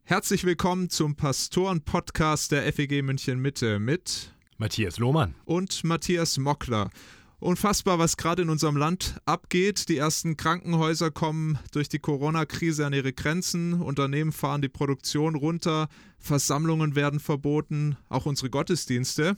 Herzlich willkommen zum Pastoren-Podcast der FEG München Mitte mit Matthias Lohmann und Matthias Mockler. Unfassbar, was gerade in unserem Land abgeht. Die ersten Krankenhäuser kommen durch die Corona-Krise an ihre Grenzen. Unternehmen fahren die Produktion runter. Versammlungen werden verboten, auch unsere Gottesdienste.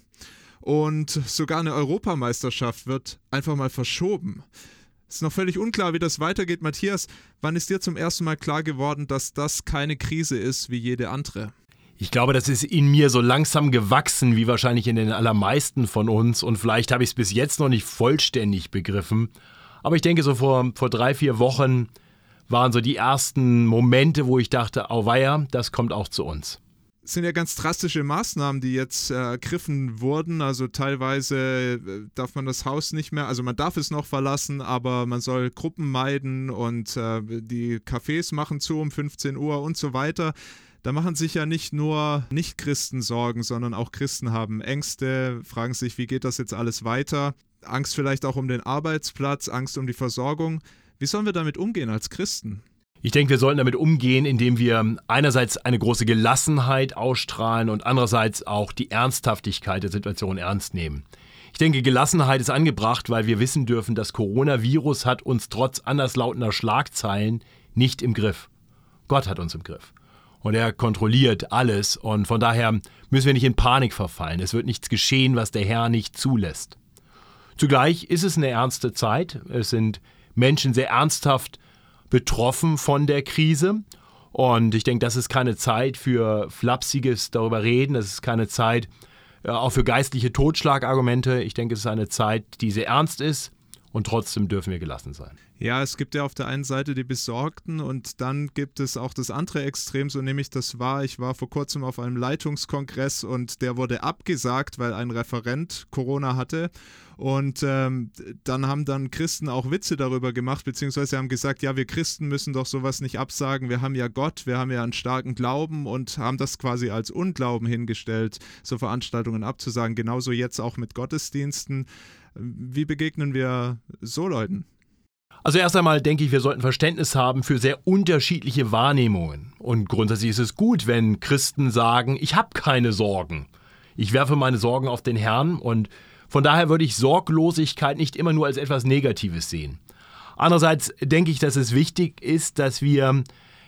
Und sogar eine Europameisterschaft wird einfach mal verschoben. Es ist noch völlig unklar, wie das weitergeht. Matthias, wann ist dir zum ersten Mal klar geworden, dass das keine Krise ist wie jede andere? Ich glaube, das ist in mir so langsam gewachsen, wie wahrscheinlich in den allermeisten von uns. Und vielleicht habe ich es bis jetzt noch nicht vollständig begriffen. Aber ich denke, so vor 3-4 Wochen waren so die ersten Momente, wo ich dachte, auweia, das kommt auch zu uns. Es sind ja ganz drastische Maßnahmen, die jetzt ergriffen wurden. Also teilweise darf man das Haus nicht mehr, also man darf es noch verlassen, aber man soll Gruppen meiden und die Cafés machen zu um 15 Uhr und so weiter. Da machen sich ja nicht nur Nicht-Christen Sorgen, sondern auch Christen haben Ängste, fragen sich, wie geht das jetzt alles weiter? Angst vielleicht auch um den Arbeitsplatz, Angst um die Versorgung. Wie sollen wir damit umgehen als Christen? Ich denke, wir sollten damit umgehen, indem wir einerseits eine große Gelassenheit ausstrahlen und andererseits auch die Ernsthaftigkeit der Situation ernst nehmen. Ich denke, Gelassenheit ist angebracht, weil wir wissen dürfen, das Coronavirus hat uns trotz anderslautender Schlagzeilen nicht im Griff. Gott hat uns im Griff. Und er kontrolliert alles und von daher müssen wir nicht in Panik verfallen. Es wird nichts geschehen, was der Herr nicht zulässt. Zugleich ist es eine ernste Zeit. Es sind Menschen sehr ernsthaft betroffen von der Krise und ich denke, das ist keine Zeit für flapsiges darüber reden. Das ist keine Zeit auch für geistliche Totschlagargumente. Ich denke, es ist eine Zeit, die sehr ernst ist und trotzdem dürfen wir gelassen sein. Ja, es gibt ja auf der einen Seite die Besorgten und dann gibt es auch das andere Extrem, so nehme ich das wahr. Ich war vor kurzem auf einem Leitungskongress und der wurde abgesagt, weil ein Referent Corona hatte. Und dann haben Christen auch Witze darüber gemacht, beziehungsweise haben gesagt, ja, wir Christen müssen doch sowas nicht absagen. Wir haben ja Gott, wir haben ja einen starken Glauben und haben das quasi als Unglauben hingestellt, so Veranstaltungen abzusagen. Genauso jetzt auch mit Gottesdiensten. Wie begegnen wir so Leuten? Also erst einmal denke ich, wir sollten Verständnis haben für sehr unterschiedliche Wahrnehmungen. Und grundsätzlich ist es gut, wenn Christen sagen, ich habe keine Sorgen. Ich werfe meine Sorgen auf den Herrn und von daher würde ich Sorglosigkeit nicht immer nur als etwas Negatives sehen. Andererseits denke ich, dass es wichtig ist, dass wir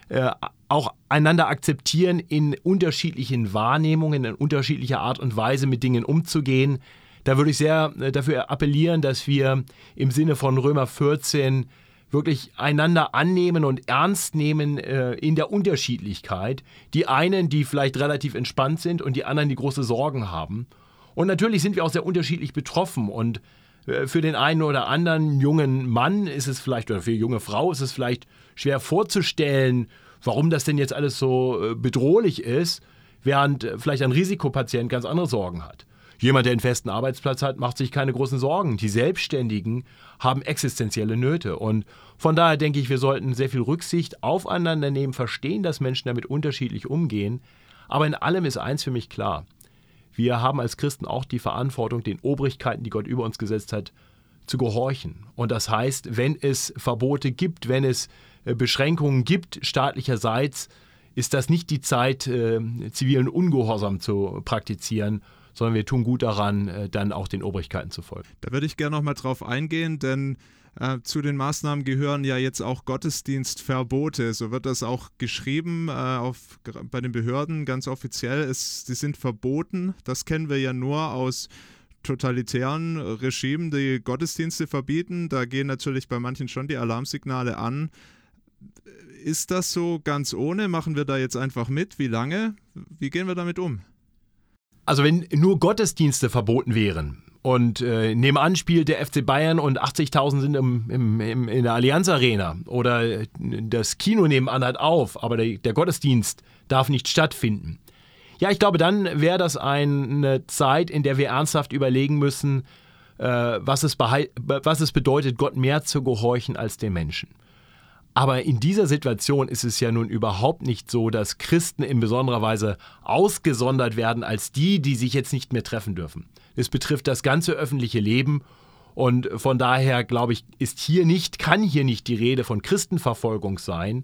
auch einander akzeptieren, in unterschiedlichen Wahrnehmungen, in unterschiedlicher Art und Weise mit Dingen umzugehen. Da würde ich sehr dafür appellieren, dass wir im Sinne von Römer 14 wirklich einander annehmen und ernst nehmen in der Unterschiedlichkeit. Die einen, die vielleicht relativ entspannt sind und die anderen, die große Sorgen haben. Und natürlich sind wir auch sehr unterschiedlich betroffen und für den einen oder anderen jungen Mann ist es vielleicht, oder für die junge Frau ist es vielleicht schwer vorzustellen, warum das denn jetzt alles so bedrohlich ist, während vielleicht ein Risikopatient ganz andere Sorgen hat. Jemand, der einen festen Arbeitsplatz hat, macht sich keine großen Sorgen. Die Selbstständigen haben existenzielle Nöte. Und von daher denke ich, wir sollten sehr viel Rücksicht aufeinander nehmen, verstehen, dass Menschen damit unterschiedlich umgehen. Aber in allem ist eins für mich klar. Wir haben als Christen auch die Verantwortung, den Obrigkeiten, die Gott über uns gesetzt hat, zu gehorchen. Und das heißt, wenn es Verbote gibt, wenn es Beschränkungen gibt staatlicherseits, ist das nicht die Zeit, zivilen Ungehorsam zu praktizieren, sondern wir tun gut daran, dann auch den Obrigkeiten zu folgen. Da würde ich gerne noch mal drauf eingehen, denn zu den Maßnahmen gehören ja jetzt auch Gottesdienstverbote. So wird das auch geschrieben bei den Behörden ganz offiziell. Die sind verboten. Das kennen wir ja nur aus totalitären Regimen, die Gottesdienste verbieten. Da gehen natürlich bei manchen schon die Alarmsignale an. Ist das so ganz ohne? Machen wir da jetzt einfach mit? Wie lange? Wie gehen wir damit um? Also wenn nur Gottesdienste verboten wären und nebenan spielt der FC Bayern und 80.000 sind in der Allianz Arena oder das Kino nebenan hat auf, aber der Gottesdienst darf nicht stattfinden. Ja, ich glaube, dann wäre das eine Zeit, in der wir ernsthaft überlegen müssen, was es bedeutet, Gott mehr zu gehorchen als den Menschen. Aber in dieser Situation ist es ja nun überhaupt nicht so, dass Christen in besonderer Weise ausgesondert werden als die sich jetzt nicht mehr treffen dürfen. Es betrifft das ganze öffentliche Leben und von daher, glaube ich, kann hier nicht die Rede von Christenverfolgung sein,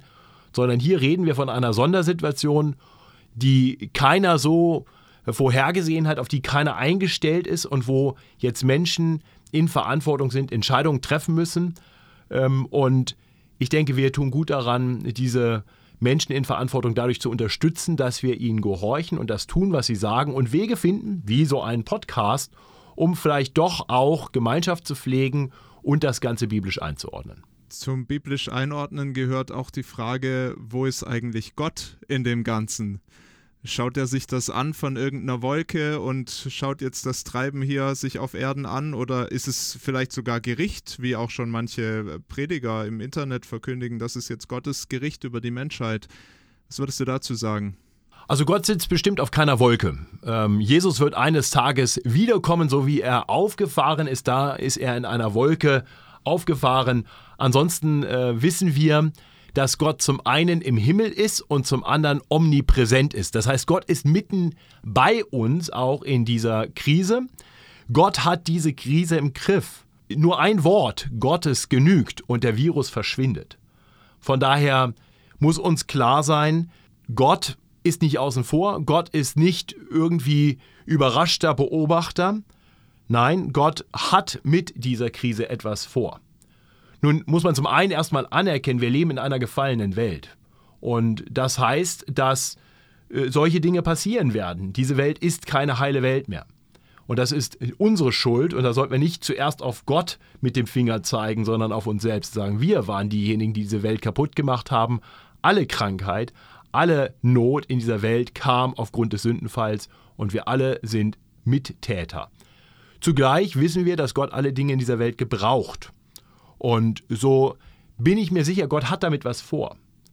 sondern hier reden wir von einer Sondersituation, die keiner so vorhergesehen hat, auf die keiner eingestellt ist und wo jetzt Menschen in Verantwortung sind, Entscheidungen treffen müssen. Und ich denke, wir tun gut daran, diese Menschen in Verantwortung dadurch zu unterstützen, dass wir ihnen gehorchen und das tun, was sie sagen und Wege finden, wie so ein Podcast, um vielleicht doch auch Gemeinschaft zu pflegen und das Ganze biblisch einzuordnen. Zum biblisch Einordnen gehört auch die Frage, wo ist eigentlich Gott in dem Ganzen? Schaut er sich das an von irgendeiner Wolke und schaut jetzt das Treiben hier sich auf Erden an, oder ist es vielleicht sogar Gericht, wie auch schon manche Prediger im Internet verkündigen, das ist jetzt Gottes Gericht über die Menschheit? Was würdest du dazu sagen? Also Gott sitzt bestimmt auf keiner Wolke. Jesus wird eines Tages wiederkommen, so wie er aufgefahren ist, da ist er in einer Wolke aufgefahren. Ansonsten wissen wir, dass Gott zum einen im Himmel ist und zum anderen omnipräsent ist. Das heißt, Gott ist mitten bei uns, auch in dieser Krise. Gott hat diese Krise im Griff. Nur ein Wort Gottes genügt und der Virus verschwindet. Von daher muss uns klar sein, Gott ist nicht außen vor, Gott ist nicht irgendwie überraschter Beobachter. Nein, Gott hat mit dieser Krise etwas vor. Nun muss man zum einen erstmal anerkennen, wir leben in einer gefallenen Welt. Und das heißt, dass solche Dinge passieren werden. Diese Welt ist keine heile Welt mehr. Und das ist unsere Schuld. Und da sollten wir nicht zuerst auf Gott mit dem Finger zeigen, sondern auf uns selbst sagen, wir waren diejenigen, die diese Welt kaputt gemacht haben. Alle Krankheit, alle Not in dieser Welt kam aufgrund des Sündenfalls und wir alle sind Mittäter. Zugleich wissen wir, dass Gott alle Dinge in dieser Welt gebraucht. Und so bin ich mir sicher, Gott hat damit was vor.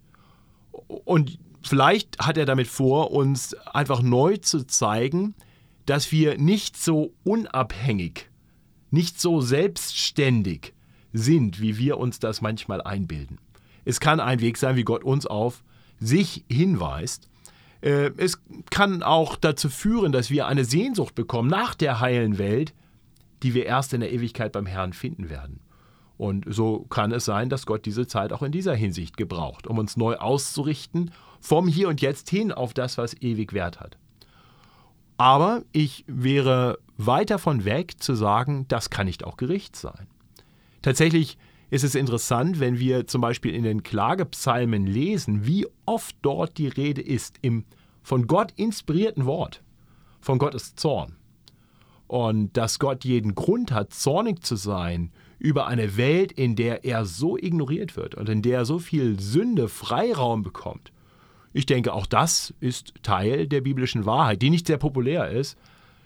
Und vielleicht hat er damit vor, uns einfach neu zu zeigen, dass wir nicht so unabhängig, nicht so selbstständig sind, wie wir uns das manchmal einbilden. Es kann ein Weg sein, wie Gott uns auf sich hinweist. Es kann auch dazu führen, dass wir eine Sehnsucht bekommen nach der heilen Welt, die wir erst in der Ewigkeit beim Herrn finden werden. Und so kann es sein, dass Gott diese Zeit auch in dieser Hinsicht gebraucht, um uns neu auszurichten, vom Hier und Jetzt hin auf das, was ewig Wert hat. Aber ich wäre weit davon weg zu sagen, das kann nicht auch Gericht sein. Tatsächlich ist es interessant, wenn wir zum Beispiel in den Klagepsalmen lesen, wie oft dort die Rede ist im von Gott inspirierten Wort, von Gottes Zorn. Und dass Gott jeden Grund hat, zornig zu sein über eine Welt, in der er so ignoriert wird und in der so viel Sünde Freiraum bekommt. Ich denke, auch das ist Teil der biblischen Wahrheit, die nicht sehr populär ist.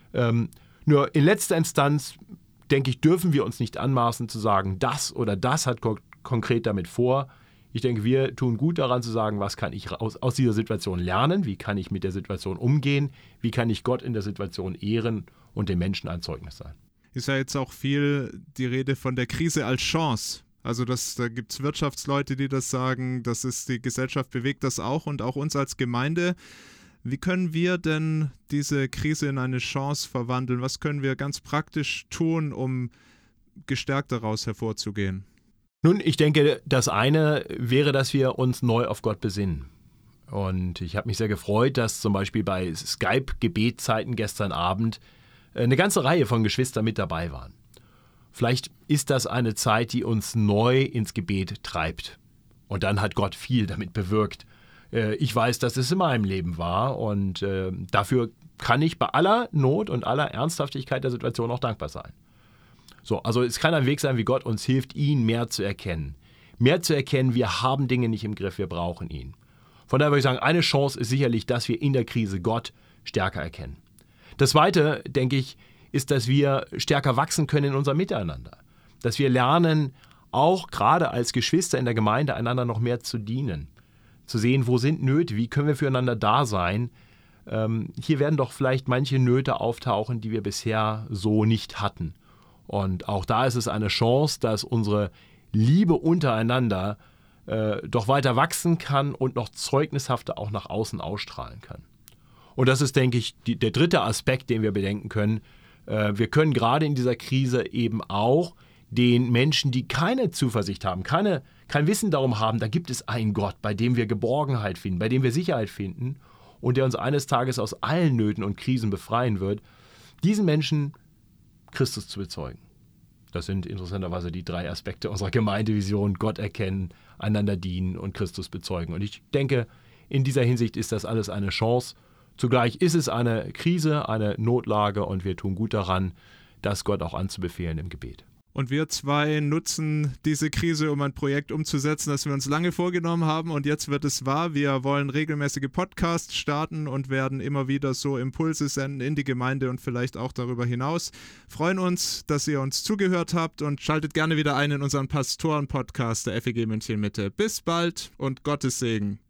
Nur in letzter Instanz, denke ich, dürfen wir uns nicht anmaßen zu sagen, das oder das hat Gott konkret damit vor. Ich denke, wir tun gut daran zu sagen, was kann ich aus dieser Situation lernen, wie kann ich mit der Situation umgehen, wie kann ich Gott in der Situation ehren und den Menschen ein Zeugnis sein. Ist ja jetzt auch viel die Rede von der Krise als Chance. Also da gibt es Wirtschaftsleute, die das sagen, die Gesellschaft bewegt das auch und auch uns als Gemeinde. Wie können wir denn diese Krise in eine Chance verwandeln? Was können wir ganz praktisch tun, um gestärkt daraus hervorzugehen? Nun, ich denke, das eine wäre, dass wir uns neu auf Gott besinnen. Und ich habe mich sehr gefreut, dass zum Beispiel bei Skype-Gebetzeiten gestern Abend eine ganze Reihe von Geschwistern mit dabei waren. Vielleicht ist das eine Zeit, die uns neu ins Gebet treibt. Und dann hat Gott viel damit bewirkt. Ich weiß, dass es in meinem Leben war und dafür kann ich bei aller Not und aller Ernsthaftigkeit der Situation auch dankbar sein. So, also es kann ein Weg sein, wie Gott uns hilft, ihn mehr zu erkennen. Mehr zu erkennen, wir haben Dinge nicht im Griff, wir brauchen ihn. Von daher würde ich sagen, eine Chance ist sicherlich, dass wir in der Krise Gott stärker erkennen. Das Zweite, denke ich, ist, dass wir stärker wachsen können in unserem Miteinander. Dass wir lernen, auch gerade als Geschwister in der Gemeinde einander noch mehr zu dienen. Zu sehen, wo sind Nöte, wie können wir füreinander da sein. Hier werden doch vielleicht manche Nöte auftauchen, die wir bisher so nicht hatten. Und auch da ist es eine Chance, dass unsere Liebe untereinander doch weiter wachsen kann und noch zeugnishafter auch nach außen ausstrahlen kann. Und das ist, denke ich, der dritte Aspekt, den wir bedenken können. Wir können gerade in dieser Krise eben auch den Menschen, die keine Zuversicht haben, kein Wissen darum haben, da gibt es einen Gott, bei dem wir Geborgenheit finden, bei dem wir Sicherheit finden und der uns eines Tages aus allen Nöten und Krisen befreien wird, diesen Menschen Christus zu bezeugen. Das sind interessanterweise die 3 Aspekte unserer Gemeindevision: Gott erkennen, einander dienen und Christus bezeugen. Und ich denke, in dieser Hinsicht ist das alles eine Chance. Zugleich ist es eine Krise, eine Notlage und wir tun gut daran, das Gott auch anzubefehlen im Gebet. Und wir 2 nutzen diese Krise, um ein Projekt umzusetzen, das wir uns lange vorgenommen haben. Und jetzt wird es wahr. Wir wollen regelmäßige Podcasts starten und werden immer wieder so Impulse senden in die Gemeinde und vielleicht auch darüber hinaus. Freuen uns, dass ihr uns zugehört habt und schaltet gerne wieder ein in unseren Pastoren-Podcast der FEG München Mitte. Bis bald und Gottes Segen.